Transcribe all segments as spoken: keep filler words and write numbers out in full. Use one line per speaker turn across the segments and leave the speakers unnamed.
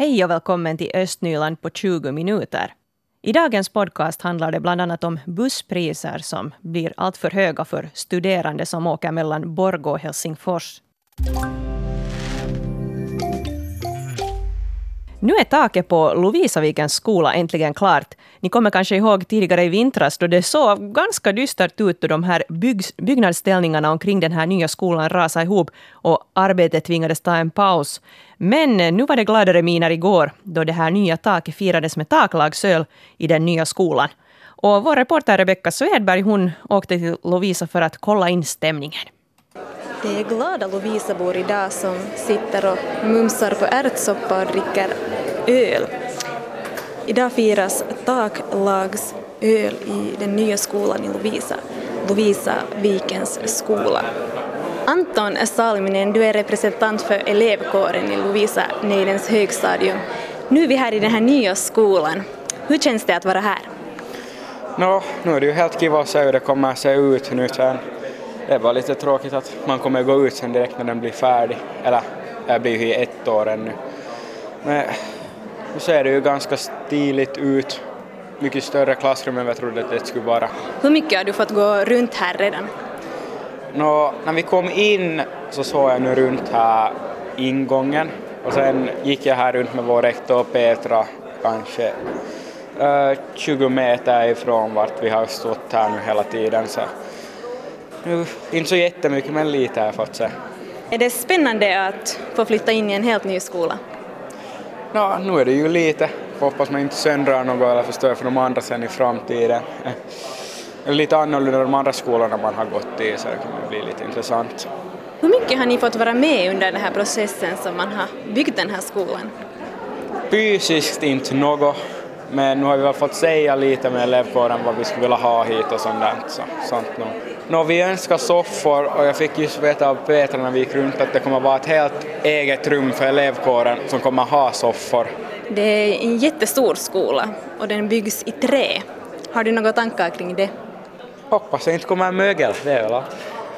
Hej och välkommen till Östnyland på tjugo minuter. I dagens podcast handlar det bland annat om busspriser som blir allt för höga för studerande som åker mellan Borgå och Helsingfors. Nu är taket på Lovisavikens skola äntligen klart. Ni kommer kanske ihåg tidigare i vintras då det såg ganska dystert ut då de här bygg- byggnadsställningarna omkring den här nya skolan rasade ihop och arbetet tvingades ta en paus. Men nu var det gladare miner igår då det här nya taket firades med taklagsöl i den nya skolan. Och vår reporter Rebecka Svedberg, hon åkte till Lovisa för att kolla in stämningen.
Det är glada Lovisabor idag som sitter och mumsar på ärtsoppa och dricker öl. Idag firas taklagsöl i den nya skolan i Lovisa, Lovisa Vikens skola. Anton Salminen, du är representant för elevkåren i Lovisa Neidens högstadium. Nu är vi här i den här nya skolan. Hur känns det att vara här?
Nå, nu är det ju helt kiva att se hur det kommer att se ut nu sen. Det är bara lite tråkigt att man kommer gå ut sen direkt när den blir färdig. Eller, det blir ju ett år ännu. Men nu ser det ju ganska stiligt ut. Mycket större klassrum än jag trodde att det skulle vara.
Hur mycket har du fått gå runt här redan?
Nå, när vi kom in så såg jag nu runt här ingången. Och sen gick jag här runt med vår rektor Petra kanske uh, tjugo meter ifrån vart vi har stått här nu hela tiden. Så nu, inte så jättemycket, men lite har jag fått se.
Är det spännande att få flytta in i en helt ny skola?
Ja, nu är det ju lite. Hoppas man inte söndrar något eller förstör för de andra sen i framtiden. Det är lite annorlunda de andra skolorna man har gått i, så det kan bli lite intressant.
Hur mycket har ni fått vara med under den här processen som man har byggt den här skolan?
Fysiskt inte något. Men nu har vi väl fått säga lite med elevkåren vad vi skulle vilja ha hit och sånt där. Så, sånt nog. Nå, vi önskar soffor och jag fick just veta av Petra när vi gick runt att det kommer vara ett helt eget rum för elevkåren som kommer ha soffor.
Det är en jättestor skola och den byggs i trä. Har du några tankar kring det?
Hoppas det inte kommer mögel, det är väl allt.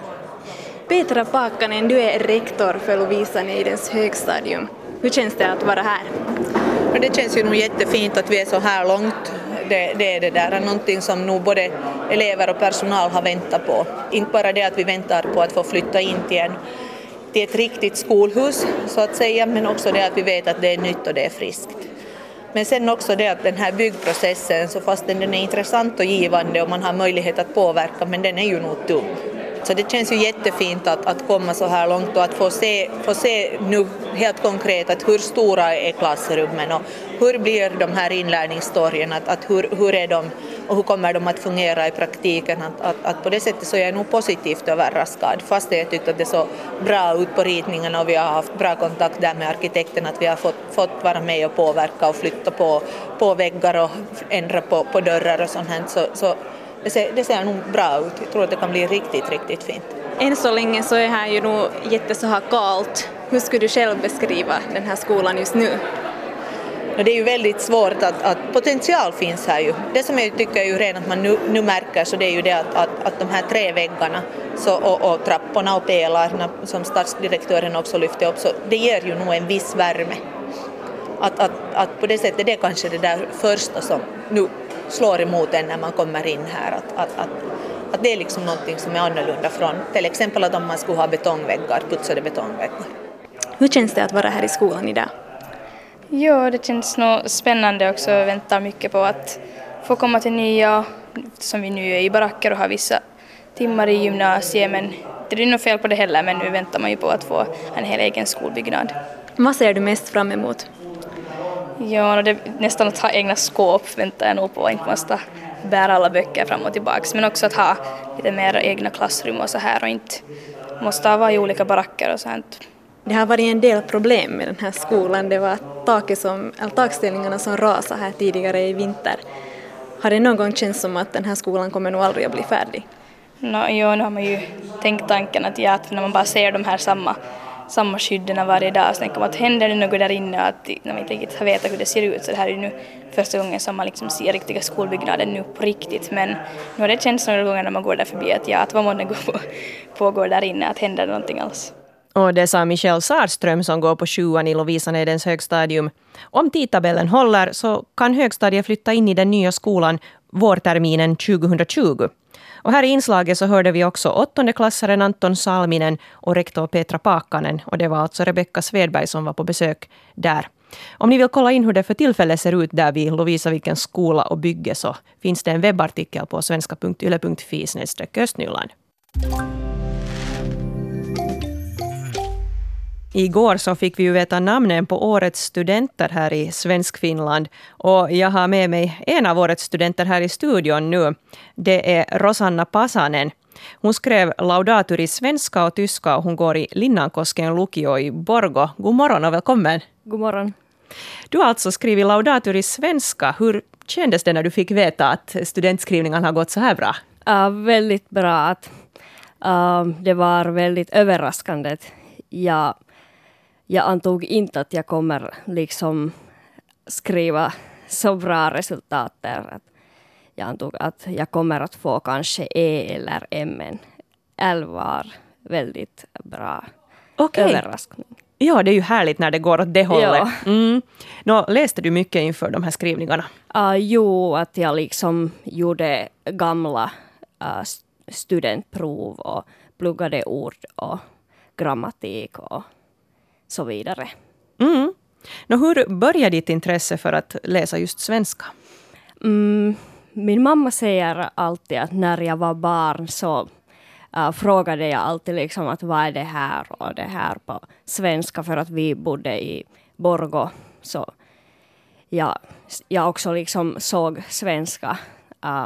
Petra Paakkanen, du är rektor för Lovisa Neidens högstadium. Hur känns det att vara här?
Det känns ju nog jättefint att vi är så här långt. Det, det är det där någonting som nog både elever och personal har väntat på. Inte bara det att vi väntar på att få flytta in till, en, till ett riktigt skolhus så att säga, men också det att vi vet att det är nytt och det är friskt. Men sen också det att den här byggprocessen, så fast den är intressant och givande och man har möjlighet att påverka, men den är ju nog tung. Så det känns ju jättefint att, att komma så här långt och att få se, få se nu helt konkret att hur stora är klassrummen och hur blir de här inlärningsstorierna, att, att hur, hur är de och hur kommer de att fungera i praktiken. Att, att, att på det sättet så är jag nog positivt överraskad, fast jag tyckte att det såg bra ut på ritningen och vi har haft bra kontakt där med arkitekten, att vi har fått, fått vara med och påverka och flytta på, på väggar och ändra på, på dörrar och sånt här. Så, så Det ser, det ser nog bra ut. Jag tror att det kan bli riktigt, riktigt fint.
Än så länge så är här ju nog jätte så här kallt. Hur skulle du själv beskriva den här skolan just nu?
Det är ju väldigt svårt att, att potential finns här ju. Det som jag tycker är ju redan att man nu, nu märker, så det är ju det att, att, att de här tre väggarna så, och, och trapporna och pelarna som stadsdirektören också lyfte upp, så det ger ju nog en viss värme. Att, att, att på det sättet det är kanske det där första som nu slår emot en när man kommer in här, att, att, att, att det är liksom någonting som är annorlunda från till exempel att om man skulle ha betongväggar, putsade betongväggar.
Hur känns det att vara här i skolan idag?
Ja, det känns nog spännande också. Jag väntar mycket på att få komma till nya, som vi nu är i baracker och har vissa timmar i gymnasiet, men det är nog fel på det heller, men nu väntar man ju på att få en hel egen skolbyggnad.
Vad ser du mest fram emot?
Ja, det, nästan att ha egna skåp väntar jag nog på, inte måste bära alla böcker fram och tillbaka, men också att ha lite mer egna klassrum och så här och inte måste vara i olika baracker och sånt.
Det har varit en del problem med den här skolan. Det var taket som, eller takställningarna som rasade här tidigare i vinter. Har det någon gång känts som att den här skolan kommer nog aldrig att bli färdig?
No, jo, nu har man ju tänkt tanken att, ja, att när man bara ser de här samma samma skydden varje dag, så tänker man att händer det något där inne, att när man inte riktigt har vetat hur det ser ut, så det här är ju nu första gången som man liksom ser riktiga skolbyggnaden nu på riktigt, men nu har det känts några gånger när man går där förbi att ja, att vad månne pågår där inne, att händer någonting alls.
Och det sa Michelle Sarström som går på sjuan i Lovisanedens högstadium. Om tidtabellen håller så kan högstadiet flytta in i den nya skolan vårterminen tjugohundratjugo. Och här i inslaget så hörde vi också åttondeklassaren Anton Salminen och rektor Petra Paakkanen. Och det var alltså Rebecka Svedberg som var på besök där. Om ni vill kolla in hur det för tillfället ser ut där vid Lovisavikens skola och bygge så finns det en webbartikel på svenska punkt yle punkt fi snedstreck östnyland. Igår så fick vi ju veta namnen på årets studenter här i Svenskfinland. Och jag har med mig en av årets studenter här i studion nu. Det är Rosanna Pasanen. Hon skrev laudatur i svenska och tyska och hon går i Linnankosken lukio i Borgå. God morgon och välkommen.
God morgon.
Du har alltså skrivit laudatur i svenska. Hur kändes det när du fick veta att studentskrivningen har gått så här bra?
Uh, väldigt bra. Att, uh, det var väldigt överraskande. Jag, jag antog inte att jag kommer liksom skriva så bra resultat där. Att jag antog att jag kommer att få kanske E eller M. L var väldigt bra
Okej.
överraskning.
Ja, det är ju härligt när det går åt det hållet.
Ja.
Mm. Nå, läste du mycket inför de här skrivningarna?
Uh, jo, att jag liksom gjorde gamla uh, studentprov och pluggade ord och grammatik och så vidare.
Mm. Nå, hur började ditt intresse för att läsa just svenska?
Mm, min mamma säger alltid att när jag var barn så uh, frågade jag alltid liksom att vad är det här och det här på svenska för att vi bodde i Borgå. Så jag, jag också liksom såg svenska uh,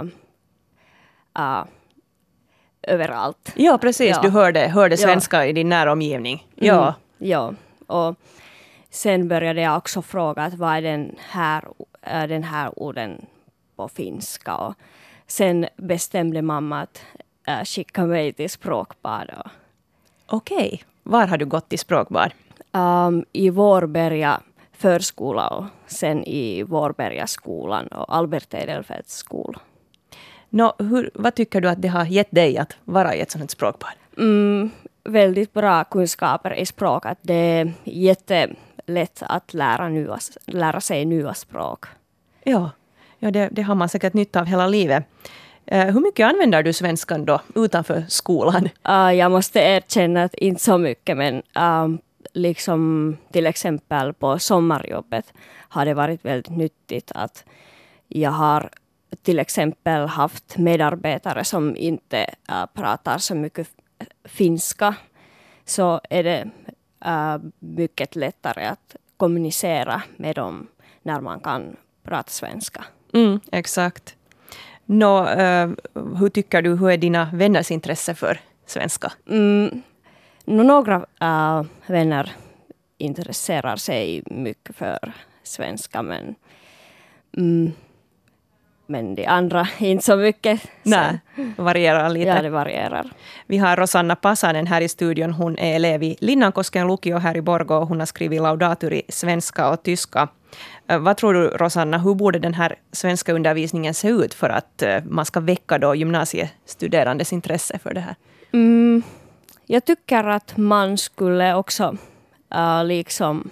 uh, överallt.
Ja, precis.
Ja.
Du hörde, hörde svenska
Ja.
i din näromgivning. Ja.
Mm, ja, och sen började jag också fråga att vad är den här, äh, den här orden på finska. Och sen bestämde mamma att äh, skicka mig till språkbad. Och,
Okej. Var har du gått i språkbad?
um, I Vårberga förskola och sen i Vårberga skolan och Albert Edelfelts skola.
Nå, hur, vad tycker du att det har gett dig att vara i ett sådant språkbad?
Mm, väldigt bra kunskaper i språk. Att det är jättelätt att lära, nya, lära sig nya språk.
Ja, ja det, det har man säkert nytta av hela livet. Uh, hur mycket använder du svenskan då utanför skolan?
Uh, jag måste erkänna att inte så mycket, men um, liksom till exempel på sommarjobbet har det varit väldigt nyttigt att jag har till exempel haft medarbetare som inte uh, pratar så mycket finska, så är det uh, mycket lättare att kommunicera med dem när man kan prata svenska.
Mm, exakt. Nå, uh, hur tycker du, hur är dina vänners intresse för svenska?
Mm, några uh, vänner intresserar sig mycket för svenska, men mm, Men de andra inte så mycket. Så.
Nej, varierar lite.
Ja, det varierar.
Vi har Rosanna Pasanen här i studion. Hon är elev i Linnankosken lukio här i Borgå. Hon har skrivit laudatur i svenska och tyska. Vad tror du, Rosanna, hur borde den här svenska undervisningen se ut för att man ska väcka då gymnasiestuderandes intresse för det här?
Mm, jag tycker att man skulle också uh, liksom...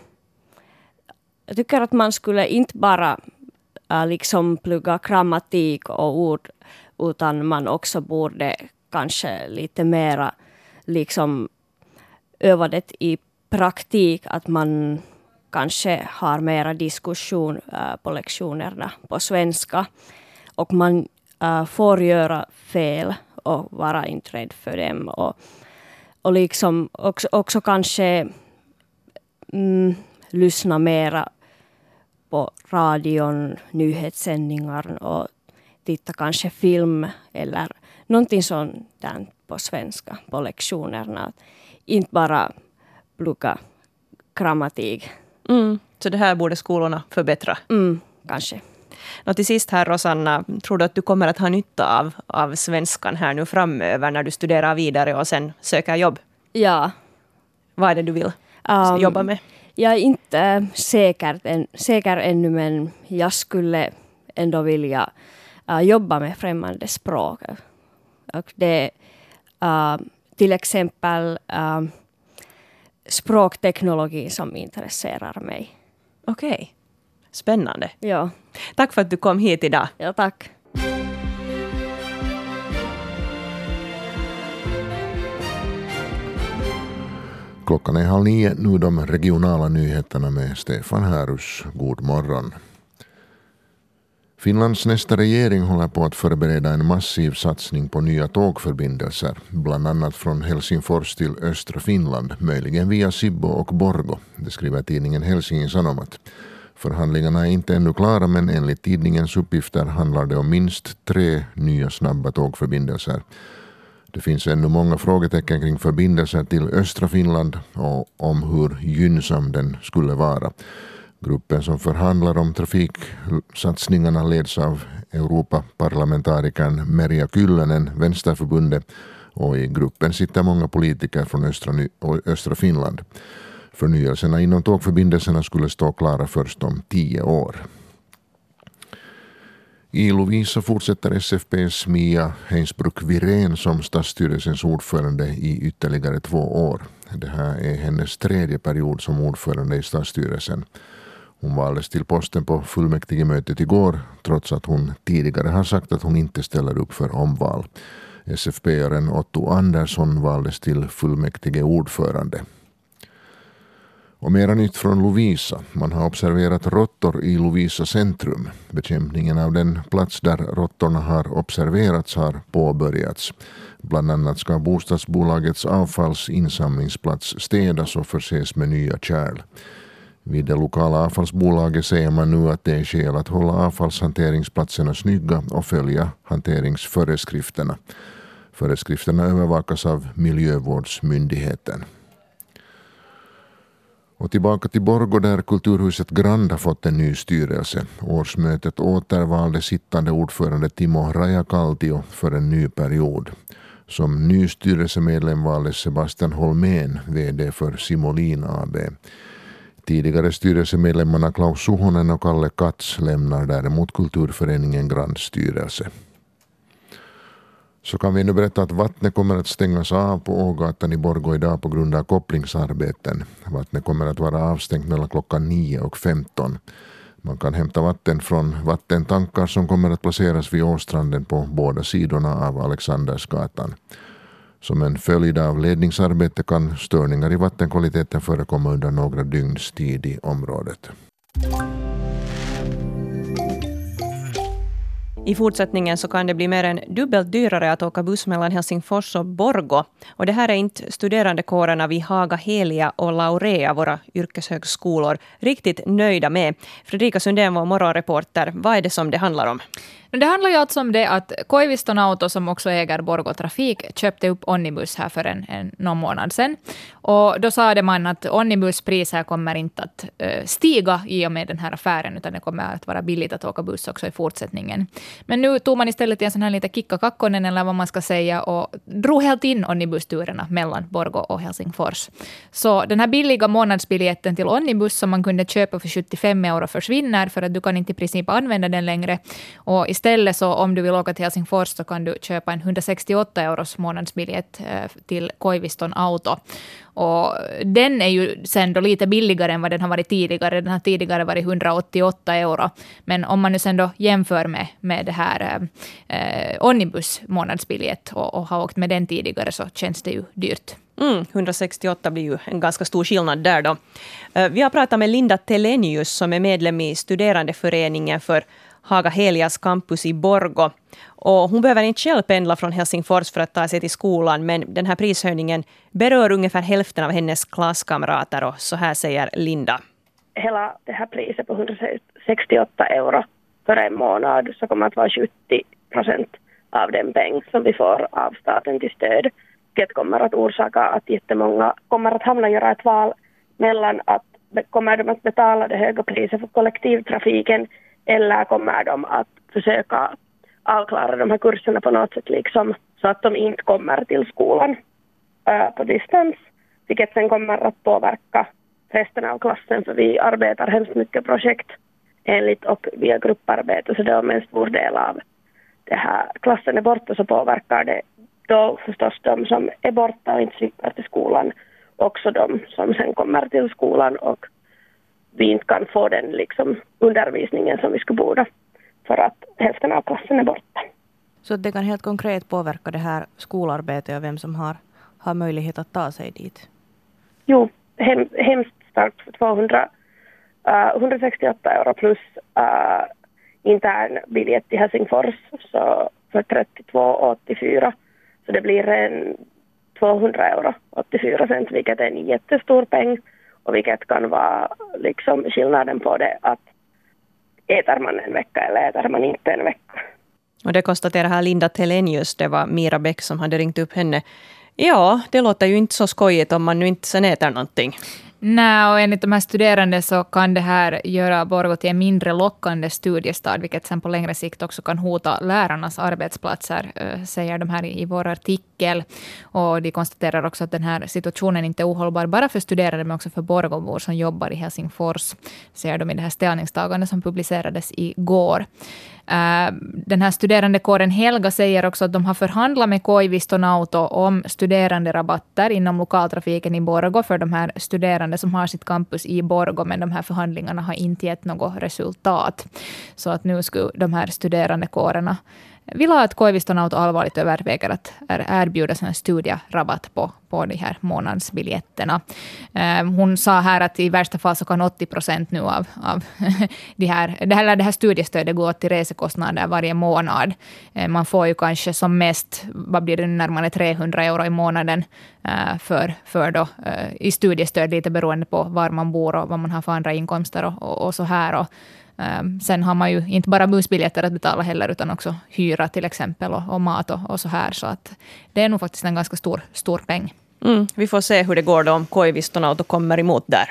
Jag tycker att man skulle inte bara uh, liksom plugga grammatik och ord, utan man också borde kanske lite mera liksom öva det i praktik, att man kanske har mera diskussion uh, på lektionerna på svenska, och man uh, får göra fel och vara inte rädd för dem, och, och liksom också, också kanske mm, lyssna mera på radion, nyhetssändningar och titta kanske film eller någonting sånt där på svenska på lektionerna. Inte bara plugga grammatik.
Mm, så det här borde skolorna förbättra?
Mm, kanske.
Och till sist här, Rosanna, tror du att du kommer att ha nytta av, av svenskan här nu framöver när du studerar vidare och sen söker jobb?
Ja.
Vad är det du vill
Um,
jobba med?
Jag är inte säker, än, säker ännu, men jag skulle ändå vilja uh, jobba med främmande språk. Och det, uh, till exempel uh, språkteknologi som intresserar mig.
Okej, okay. Spännande.
Ja.
Tack för att du kom hit idag.
Ja, tack.
Klockan är halv nio, nu de regionala nyheterna med Stefan Härus. God morgon. Finlands nästa regering håller på att förbereda en massiv satsning på nya tågförbindelser, bland annat från Helsingfors till östra Finland, möjligen via Sibbo och Borgo, det skriver tidningen Helsingin Sanomat. Förhandlingarna är inte ännu klara, men enligt tidningens uppgifter handlar det om minst tre nya snabba tågförbindelser. Det finns ännu många frågetecken kring förbindelser till östra Finland och om hur gynnsam den skulle vara. Gruppen som förhandlar om trafiksatsningarna leds av Europaparlamentarikern Merja Kyllönen, Vänsterförbundet, och i gruppen sitter många politiker från östra, östra Finland. Förnyelserna inom tågförbindelserna skulle stå klara först om tio år. I Lovisa fortsätter S F P:s Mia Heinsbruck-Virén som stadsstyrelsens ordförande i ytterligare två år. Det här är hennes tredje period som ordförande i stadsstyrelsen. Hon valdes till posten på fullmäktigemötet igår, trots att hon tidigare har sagt att hon inte ställer upp för omval. S F P-aren Otto Andersson valdes till fullmäktige ordförande. Och mera nytt från Lovisa. Man har observerat råttor i Lovisa centrum. Bekämpningen av den plats där råttorna har observerats har påbörjats. Bland annat ska bostadsbolagets avfallsinsamlingsplats städas och förses med nya kärl. Vid det lokala avfallsbolaget säger man nu att det är skäl att hålla avfallshanteringsplatserna snygga och följa hanteringsföreskrifterna. Föreskrifterna övervakas av miljövårdsmyndigheten. Och tillbaka till Borgo där kulturhuset Grand har fått en ny styrelse. Årsmötet återvalde sittande ordförande Timo Rajakaltio för en ny period. Som ny styrelsemedlem valdes Sebastian Holmén, vd för Simolin A B. Tidigare styrelsemedlemmarna Klaus Suhonen och Kalle Katz lämnar däremot kulturföreningen Grands styrelse. Så kan vi nu berätta att vattnet kommer att stängas av på Ågatan i Borgo idag på grund av kopplingsarbeten. Vattnet kommer att vara avstängt mellan klockan nio och femton. Man kan hämta vatten från vattentankar som kommer att placeras vid Åstranden på båda sidorna av Alexandersgatan. Som en följd av ledningsarbete kan störningar i vattenkvaliteten förekomma under några dygns tid i området.
I fortsättningen så kan det bli mer än dubbelt dyrare att åka buss mellan Helsingfors och Borgo. Och det här är inte studerandekårerna vid Haga Helia och Laurea, våra yrkeshögskolor, riktigt nöjda med. Fredrika Sundén, vår morgonreporter, vad är det som det handlar om?
Det handlar ju alltså om det att Koiviston Auto, som också äger Borgo Trafik, köpte upp Onnibus här för en, en, någon månad sedan. Och då sa man att Onnibus priser kommer inte att uh, stiga i och med den här affären, utan det kommer att vara billigt att åka buss också i fortsättningen. Men nu tog man istället en sån här lite kickakakkonen, eller vad man ska säga, och drog helt in Onnibus-turerna mellan Borgo och Helsingfors. Så den här billiga månadsbiljetten till Onnibus som man kunde köpa för sjuttiofem euro försvinner, för att du kan inte i princip använda den längre. Och istället så om du vill åka till Helsingfors så kan du köpa en etthundrasextioåtta euros månadsbiljett till Koiviston Auto. Och den är ju sen då lite billigare än vad den har varit tidigare. Den har tidigare varit etthundraåttioåtta euro. Men om man nu sen då jämför med, med det här eh, Onnibus månadsbiljett och, och har åkt med den tidigare, så känns det ju dyrt.
Mm, etthundrasextioåtta blir ju en ganska stor skillnad där då. Vi har pratat med Linda Telenius som är medlem i studerandeföreningen för Haga Helias campus i Borgo. Och hon behöver inte själv pendla från Helsingfors för att ta sig till skolan, men den här prishöjningen berör ungefär hälften av hennes klasskamrater, och så här säger Linda.
Hela det här priset på etthundrasextioåtta euro för en månad så kommer att vara sjuttio procent av den peng som vi får av staten till stöd. Det kommer att orsaka att jättemånga kommer att hamna göra ett val mellan att kommer de att betala det höga priset för kollektivtrafiken, eller kommer de att försöka avklara de här kurserna på något sätt liksom, så att de inte kommer till skolan äh, på distans, vilket sen kommer att påverka resten av klassen, för vi arbetar hemskt mycket projekt enligt och via grupparbete, så det är en stor del av det här. Klassen är borta, så påverkar det då förstås de som är borta och inte slipper till skolan, också de som sen kommer till skolan och vi inte kan få den liksom undervisningen som vi skulle borde för att hälften av klassen är borta.
Så det kan helt konkret påverka det här skolarbetet och vem som har, har möjlighet att ta sig dit?
Jo, hem, hemskt starkt för tvåhundra, uh, hundrasextioåtta euro plus uh, intern biljett i Helsingfors så för trettiotvå åttiofyra. Så det blir en tvåhundra euro åttiofyra cent, vilket är en jättestor peng och vilket kan vara liksom skillnaden på det att äter man en vecka eller äter man inte en vecka.
Och det konstaterar här Linda Telenius, det var Mira Bäck som hade ringt upp henne. Ja, det låter ju inte så skojigt om man nu inte sen äter någonting.
Nej, och enligt de här studerande så kan det här göra Borgå till en mindre lockande studiestad, vilket sen på längre sikt också kan hota lärarnas arbetsplatser, säger de här i vår artikel. Och de konstaterar också att den här situationen inte är ohållbar bara för studerande men också för Borgåbor som jobbar i Helsingfors, säger de i det här ställningstagandet som publicerades igår. Den här studerandekåren Helga säger också att de har förhandlat med Koiviston Auto om studeranderabatter inom lokaltrafiken i Borgå för de här studerande som har sitt campus i Borgå, men de här förhandlingarna har inte gett något resultat. Så att nu skulle de här studerandekårerna vill ha att Koiviston Auto allvarligt överväger att erbjuda en studierabatt på, på de här månadsbiljetterna. Hon sa här att i värsta fall så kan åttio procent nu av, av de här, det, här, det här studiestödet gå till resekostnader varje månad. Man får ju kanske som mest, vad blir det närmare trehundra euro i månaden för, för då, i studiestöd, lite beroende på var man bor och vad man har för andra inkomster och, och, och så här. Och Um, sen har man ju inte bara bussbiljetter att betala heller utan också hyra till exempel och, och mat och, och så här. Så att det är nog faktiskt en ganska stor, stor peng.
Mm, vi får se hur det går då om Koiviston Auto kommer emot där.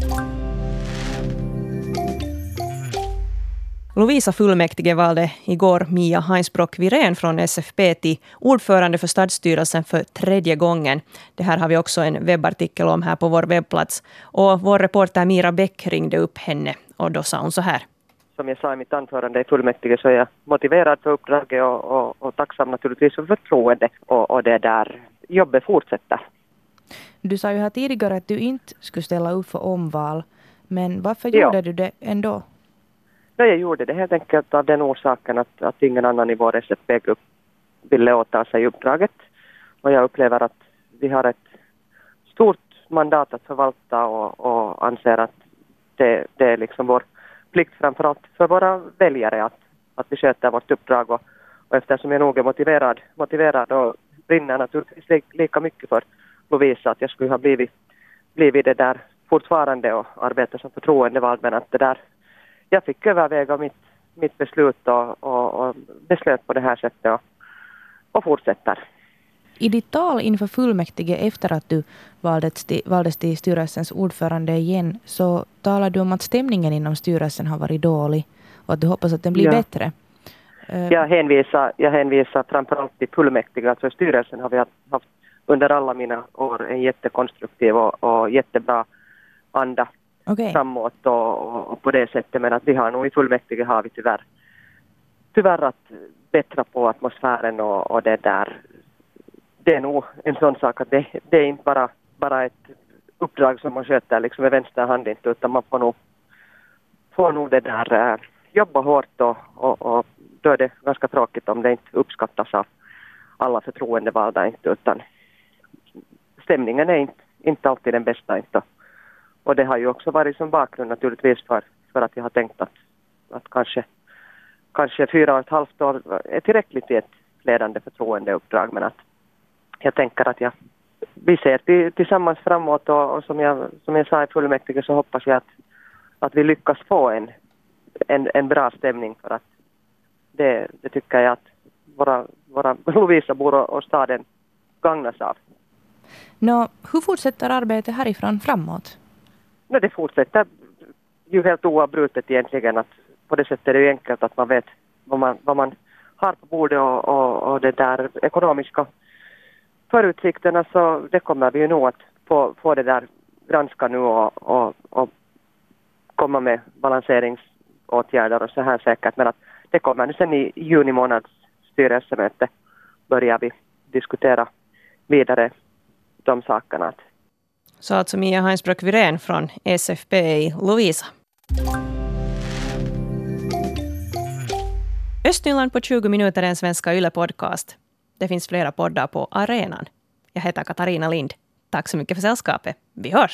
Lovisa fullmäktige valde igår Mia Heinsbrock Virén från S F P till ordförande för stadsstyrelsen för tredje gången. Det här har vi också en webbartikel om här på vår webbplats. Och vår reporter Mira Bäck ringde upp henne och då sa hon så här.
Som jag sa i mitt anförande i fullmäktige så är jag motiverad för uppdraget och, och, och tacksam naturligtvis för förtroende och, och det där jobbet fortsätter.
Du sa ju här tidigare att du inte skulle ställa upp för omval, men varför
ja.
gjorde du det ändå?
Ja, jag gjorde det helt enkelt av den orsaken att, att ingen annan i vår S F P-grupp ville åta sig uppdraget. Och jag upplever att vi har ett stort mandat att förvalta och, och anser att det, det är liksom vår plikt framförallt för våra väljare att, att vi sköter vårt uppdrag. Och, och eftersom jag nog är motiverad, motiverad och brinner naturligtvis li, lika mycket för Lovisa att jag skulle ha blivit, blivit det där fortfarande och arbeta som förtroendevald, men att det där jag fick överväga mitt, mitt beslut och, och, och beslöt på det här sättet och, och fortsätter.
I ditt tal inför fullmäktige efter att du valdes till, valdes till styrelsens ordförande igen så talade du om att stämningen inom styrelsen har varit dålig och att du hoppas att den blir
ja.
bättre.
Jag hänvisar, jag hänvisar framförallt till fullmäktige. Alltså styrelsen har vi haft under alla mina år en jättekonstruktiv och, och jättebra anda. Okay. Framåt och, och på det sättet, men att vi har nog i fullmäktige har vi tyvärr tyvärr att bättra på atmosfären och, och det där. Det är nog en sån sak att det, det är inte bara, bara ett uppdrag som man sköter liksom med vänster hand inte, utan man får nog, får nog det där äh, jobba hårt och, och, och då är det ganska tråkigt om det inte uppskattas av alla förtroendevalda inte, utan stämningen är inte, inte alltid den bästa inte. Och det har ju också varit som bakgrund naturligtvis för, för att jag har tänkt att, att kanske, kanske fyra och ett halvt år är tillräckligt i ett ledande förtroendeuppdrag. Men att jag tänker att jag, vi ser till, tillsammans framåt och, och som, jag, som jag sa i fullmäktige så hoppas jag att, att vi lyckas få en, en, en bra stämning för att det, det tycker jag att våra, våra Lovisabor och, och staden gagnas av.
Nå, hur fortsätter arbetet härifrån framåt?
Nej, det fortsätter ju helt oavbrutet egentligen. Att på det sättet är det ju enkelt att man vet vad man, vad man har på bordet och, och, och det där ekonomiska förutsikterna, så det kommer vi ju nog att få, få det där granska nu och, och, och komma med balanseringsåtgärder och så här säkert. Men att det kommer nu sen i juni månads styrelsemöte börjar vi diskutera vidare de sakerna.
Så alltså Mia Heinsbrock-Wirén från S F P i Lovisa. Östnyland på tjugo minuter är en svenska Yle-podcast. Det finns flera poddar på arenan. Jag heter Katarina Lind. Tack så mycket för sällskapet. Vi hörs!